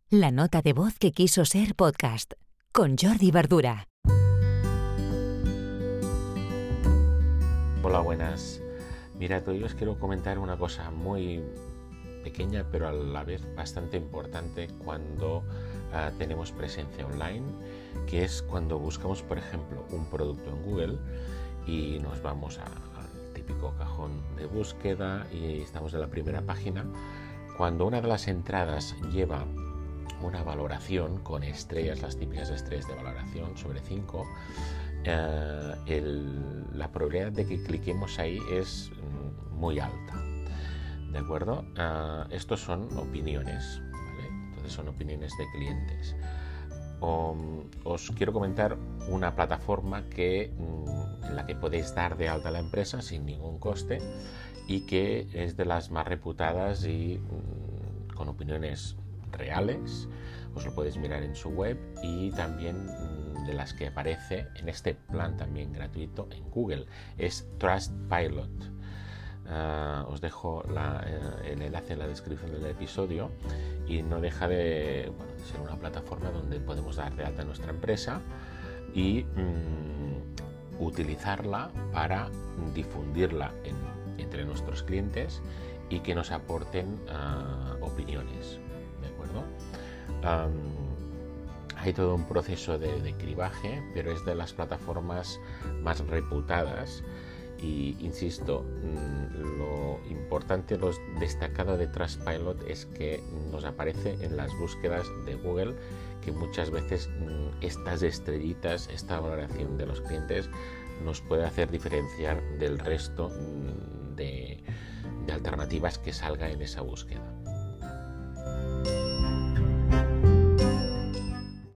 La nota de voz que quiso ser podcast, con Jordi Verdura. Hola, buenas. Mirad, hoy os quiero comentar una cosa muy pequeña, pero a la vez bastante importante cuando tenemos presencia online, que es cuando buscamos, por ejemplo, un producto en Google y nos vamos al típico cajón de búsqueda y estamos en la primera página. Cuando una de las entradas lleva una valoración con estrellas, las típicas estrellas de valoración sobre 5, la probabilidad de que cliquemos ahí es muy alta, ¿de acuerdo? Estos son opiniones, ¿vale? Entonces son opiniones de clientes. Os quiero comentar una plataforma en la que podéis dar de alta a la empresa sin ningún coste y que es de las más reputadas y con opiniones reales. Os lo podéis mirar en su web y también de las que aparece en este plan también gratuito en Google. Es Trustpilot. Os dejo el enlace en la descripción del episodio y no deja de ser una plataforma donde podemos dar de alta a nuestra empresa y utilizarla para difundirla entre nuestros clientes y que nos aporten opiniones, ¿de acuerdo? Hay todo un proceso de cribaje, pero es de las plataformas más reputadas y, insisto, lo importante, lo destacado de Trustpilot es que nos aparece en las búsquedas de Google, que muchas veces estas estrellitas, esta valoración de los clientes nos puede hacer diferenciar del resto de alternativas que salga en esa búsqueda.